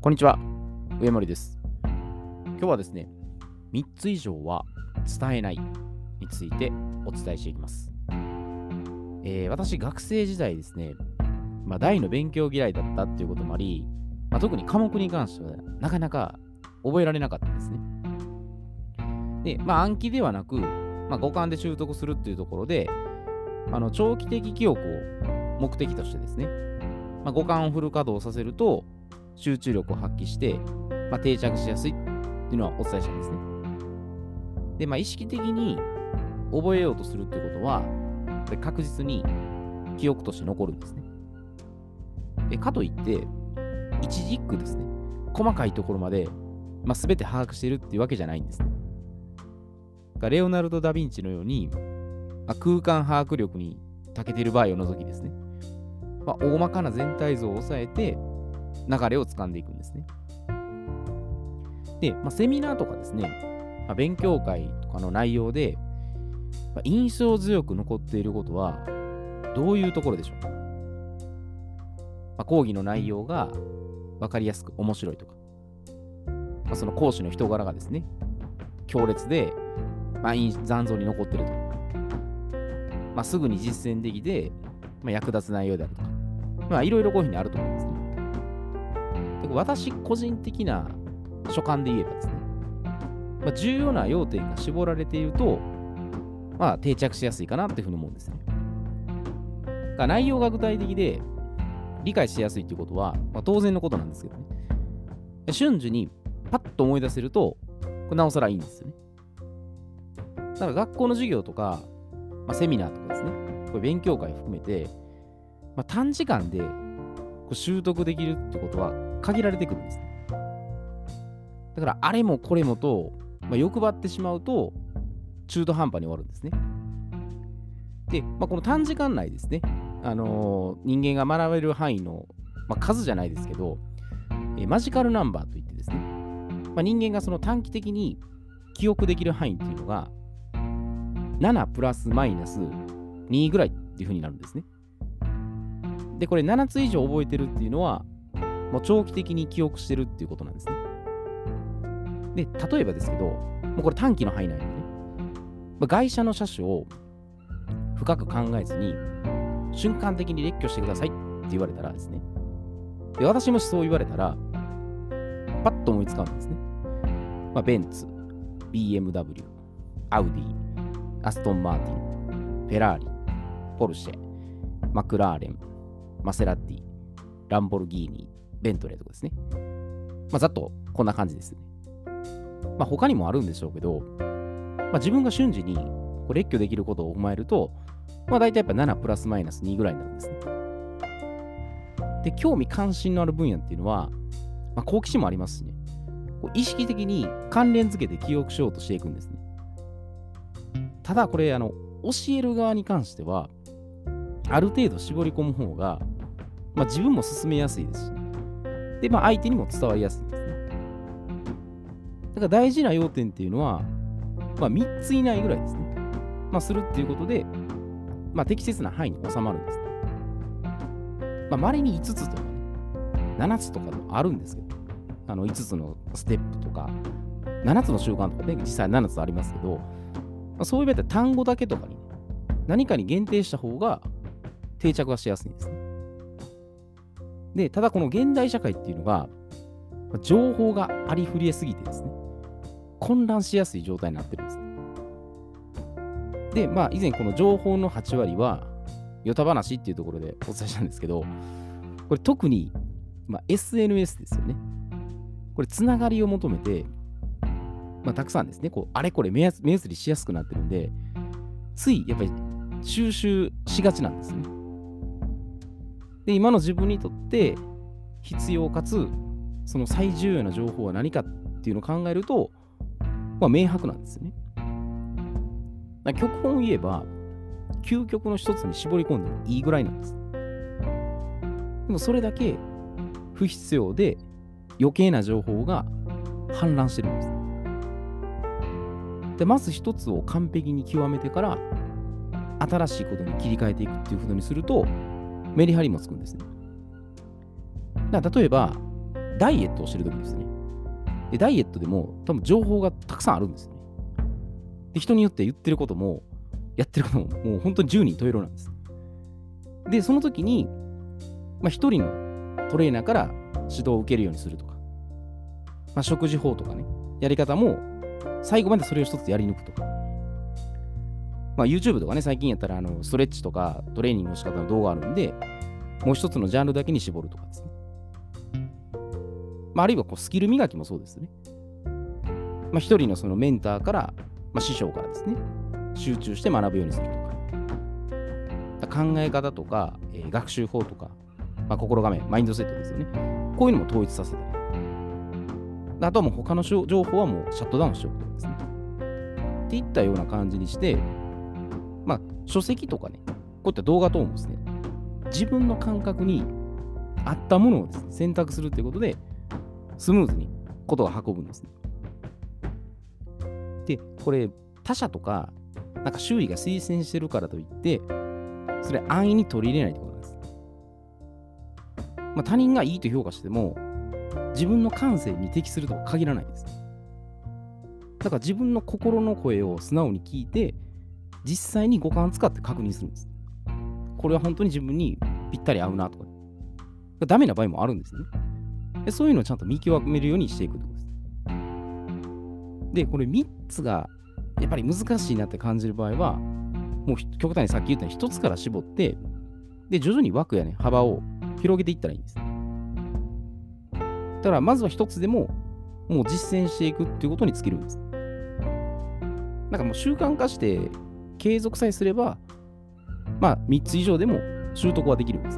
こんにちは、上森です。今日はですね、3つ以上は伝えないについてお伝えしていきます。私、学生時代ですね、大の勉強嫌いだったっていうこともあり、特に科目に関してはなかなか覚えられなかったんですね。で、暗記ではなく、五感で習得するっていうところで、長期的記憶を目的としてですね、五感をフル稼働させると、集中力を発揮して、定着しやすいっていうのはお伝えしたんですね。で、意識的に覚えようとするっていうことは、これ確実に記憶として残るんですね。かといって、一字一句ですね、細かいところまで、全て把握しているっていうわけじゃないんですね。レオナルド・ダ・ヴィンチのように、空間把握力に長けている場合を除きですね、大まかな全体像を抑えて、流れを掴んでいくんですね。で、セミナーとかですね、勉強会とかの内容で、印象強く残っていることは、どういうところでしょうか。講義の内容が分かりやすく面白いとか、その講師の人柄がですね、強烈で、残像に残っているとか、すぐに実践できて、役立つ内容であるとか、いろいろこういうふうにあると思うんですね。私個人的な所感で言えばですね、重要な要点が絞られていると、定着しやすいかなっていうふうに思うんですね。内容が具体的で理解しやすいっていうことは、当然のことなんですけどね。瞬時にパッと思い出せると、これなおさらいいんですよね。だから学校の授業とか、セミナーとかですね、これ勉強会含めて、短時間でこう習得できるってことは限られてくるんですね。だからあれもこれもと、欲張ってしまうと中途半端に終わるんですね。で、この短時間内ですね、人間が学べる範囲の、数じゃないですけど、マジカルナンバーといってですね、人間がその短期的に記憶できる範囲っていうのが7プラスマイナス2ぐらいっていう風になるんですね。で、これ7つ以上覚えてるっていうのは、もう長期的に記憶してるっていうことなんですね。で、例えばですけど、もうこれ短期の範囲内でね、外車の車種を深く考えずに、瞬間的に列挙してくださいって言われたらですね、で私もしそう言われたら、パッと思いつかうんですね。ベンツ、BMW、アウディ、アストンマーティン、フェラーリ、ポルシェ、マクラーレン、マセラティ、ランボルギーニ、ベントレーとかですね。ざっとこんな感じですね。他にもあるんでしょうけど、自分が瞬時にこう列挙できることを踏まえると、大体やっぱ7プラスマイナス2ぐらいになるんですね。で、興味関心のある分野っていうのは、好奇心もありますしね、こう意識的に関連付けて記憶しようとしていくんですね。ただこれ、教える側に関しては、ある程度絞り込む方が、自分も進めやすいですし、で、相手にも伝わりやすいんですね。だから大事な要点っていうのは、3つ以内ぐらいですね。するっていうことで、適切な範囲に収まるんですね。稀に5つとかね、7つとかもあるんですけど、5つのステップとか、7つの習慣とかね、実際7つありますけど、そういう場合って単語だけとかに、何かに限定した方が定着がしやすいんですね。で、ただこの現代社会っていうのが、情報がありふれすぎてですね、混乱しやすい状態になってるんです。で、以前この情報の8割は、ヨタ話っていうところでお伝えしたんですけど、これ特に、SNS ですよね。これ、つながりを求めて、たくさんですね、こうあれこれ目移りしやすくなってるんで、ついやっぱり収集しがちなんですよね。で、今の自分にとって必要かつ、その最重要な情報は何かっていうのを考えると、明白なんですよね。極論を言えば、究極の一つに絞り込んでもいいぐらいなんです。でもそれだけ不必要で余計な情報が氾濫してるんです。で、まず一つを完璧に極めてから、新しいことに切り替えていくっていうことにすると、メリハリもつくんですね。だから例えば、 ダイエットをしてる時ですね。で、ダイエットでも多分情報がたくさんあるんですよね。で、人によって言ってることも、やってることも、もう本当に10人十色なんです。で、その時に、一人のトレーナーから指導を受けるようにするとか、食事法とかね、やり方も、最後までそれを一つやり抜くとか。YouTube とかね、最近やったら、ストレッチとかトレーニングの仕方の動画あるんで、もう一つのジャンルだけに絞るとかですね。あるいはスキル磨きもそうですね。一人のそのメンターから、師匠からですね、集中して学ぶようにするとか。考え方とか、学習法とか、心構え、マインドセットですよね。こういうのも統一させたり。あとはもう他の情報はもうシャットダウンしておくとかですね。っていったような感じにして、書籍とかね、こういった動画等もですね、自分の感覚に合ったものをですね、選択するということで、スムーズにことが運ぶんですね。で、これ、他者とか、周囲が推薦してるからといって、それ安易に取り入れないってことなんです。他人がいいと評価しても、自分の感性に適するとは限らないんです。だから自分の心の声を素直に聞いて、実際に五感を使って確認するんです。これは本当に自分にぴったり合うなとか、ダメな場合もあるんですね。でそういうのをちゃんと見極めるようにしていくということです。で、これ3つがやっぱり難しいなって感じる場合は、もう極端にさっき言ったように1つから絞って、で、徐々に枠やね、幅を広げていったらいいんです。だからまずは1つでも、もう実践していくっていうことに尽きるんです。もう習慣化して継続さえすれば、3つ以上でも習得はできるんです。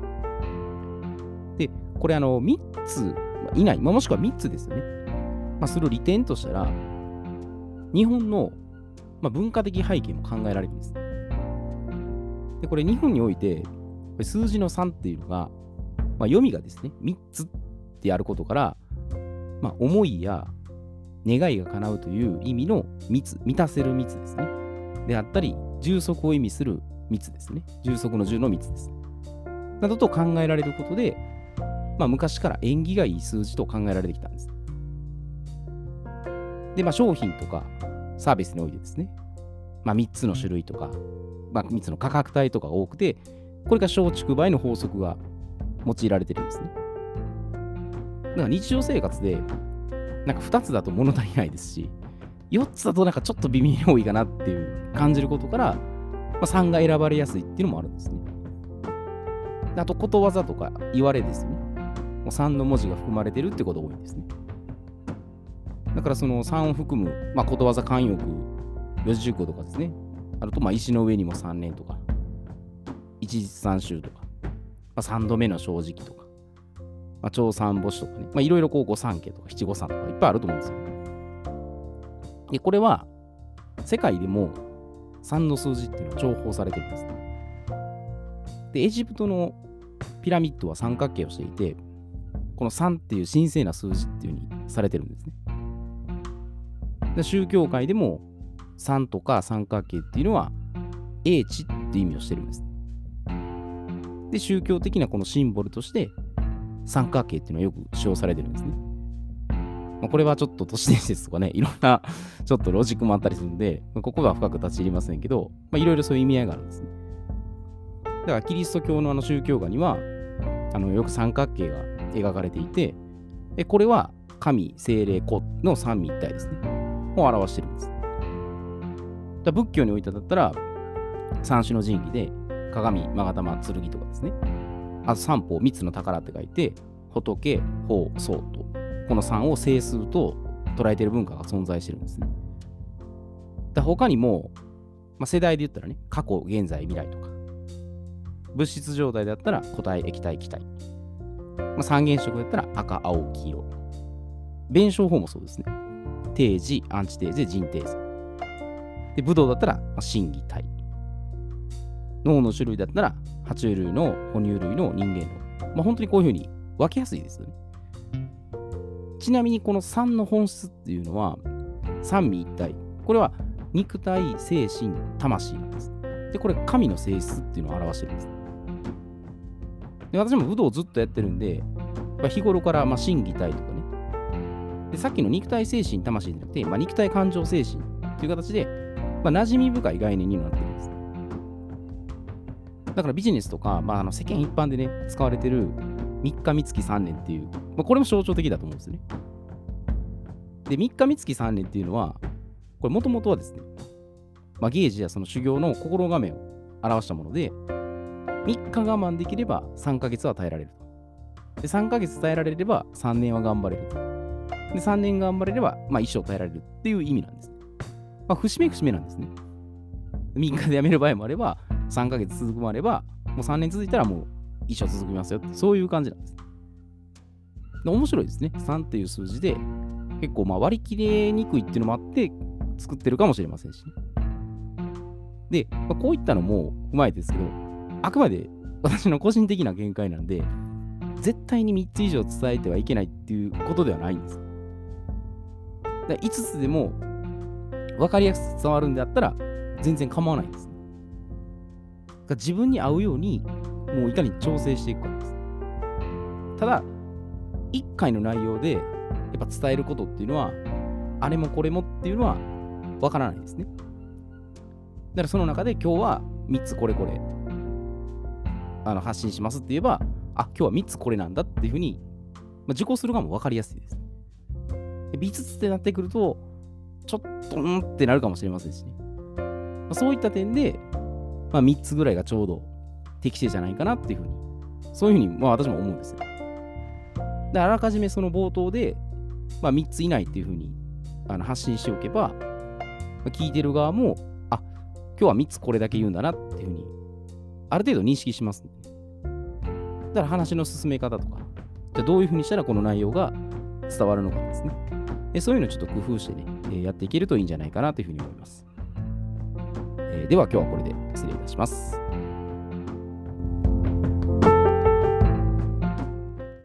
で、これ3つ以内、もしくは3つですよね。それを利点としたら、日本の、文化的背景も考えられるんです。で、これ日本において、数字の3っていうのが、読みがですね、3つってやることから、思いや願いが叶うという意味の密、満たせる密ですね。であったり、充足を意味する密ですね。充足の10の密です。などと考えられることで、昔から縁起がいい数字と考えられてきたんです。で、商品とかサービスにおいてですね、3つの種類とか、3つの価格帯とかが多くて、これが小畜梅の法則が用いられてるんですね。だから日常生活で、2つだと物足りないですし、4つだとちょっと微妙に多いかなっていう感じることから、3が選ばれやすいっていうのもあるんですね。あと、ことわざとか言われですよね。もう3の文字が含まれてるってことが多いんですね。だからその3を含む、ことわざ慣用句、四字熟語とかですね。あると、石の上にも3年とか、一日三秋とか、3度目の正直とか、長三母子とかね、いろいろ五三家とか七五三とかいっぱいあると思うんですよ。で、これは世界でも3の数字っていうのは重宝されてるんです。で、エジプトのピラミッドは三角形をしていて、この3っていう神聖な数字っていう風にされてるんですね。で、宗教界でも3とか三角形っていうのは英知っていう意味をしてるんです。で、宗教的なこのシンボルとして三角形っていうのはよく使用されてるんですね。これはちょっと都市伝説とかね、いろんなちょっとロジックもあったりするんで、ここは深く立ち入りませんけど、いろいろそういう意味合いがあるんですね。だからキリスト教の宗教画には、よく三角形が描かれていて、これは神、精霊、子の三位一体ですね。を表してるんです。だ仏教においてだったら、三種の神器で、鏡、勾玉、剣とかですね。あと三宝、三つの宝って書いて、仏、法、僧と、この三を整数と捉えている文化が存在してるんですね。他にも、世代で言ったらね、過去、現在、未来とか、物質状態だったら固体、液体、気体。三原色だったら赤、青、黄色。弁証法もそうですね。定時、アンチテーゼ、人定ゼ。で、武道だったら真偽体。脳の種類だったら爬虫類の哺乳類の人間の。本当にこういうふうに分けやすいですよね。ちなみにこの3の本質っていうのは三位一体。これは肉体、精神、魂なんです。で、これ神の性質っていうのを表してるんです。で、私も武道をずっとやってるんで、 日頃から心技体とかね。で、さっきの肉体、精神、魂じゃなくて、肉体、感情、精神という形で、馴染み深い概念になってるんです。だからビジネスとか、世間一般でね、使われてる3日三月3年っていう、これも象徴的だと思うんですよね。で、3日三月3年っていうのは、これもともとはですね、ゲージやその修行の心構えを表したもので、3日我慢できれば3ヶ月は耐えられると。で、3ヶ月耐えられれば3年は頑張れると。で、3年頑張れれば、一生耐えられるっていう意味なんですね。節目節目なんですね。3日で辞める場合もあれば、3ヶ月続くもあれば、もう3年続いたらもう一生続きますよって、そういう感じなんです。で、面白いですね。3っていう数字で、結構割り切れにくいっていうのもあって、作ってるかもしれませんし、ね。で、こういったのも踏まえてですけど、あくまで私の個人的な見解なんで、絶対に3つ以上伝えてはいけないっていうことではないんです。だ5つでも分かりやすく伝わるんであったら、全然構わないんです。自分に合うように、もういかに調整していくかです。ただ、1回の内容で、やっぱ伝えることっていうのは、あれもこれもっていうのは分からないですね。だからその中で今日は3つこれこれ発信しますって言えば、今日は3つこれなんだっていうふうに、受講する側も分かりやすいです。で、5つってなってくると、ちょっとってなるかもしれませんしね。そういった点で、3つぐらいがちょうど適正じゃないかなっていうふうに、そういうふうに私も思うんですよ。で、あらかじめその冒頭で、3つ以内っていうふうに発信しておけば、聞いてる側も、今日は3つこれだけ言うんだなっていうふうに、ある程度認識しますんでね。だから話の進め方とか、じゃあどういうふうにしたらこの内容が伝わるのかですね。そういうのをちょっと工夫してね、やっていけるといいんじゃないかなというふうに思います。では今日はこれで失礼いたします。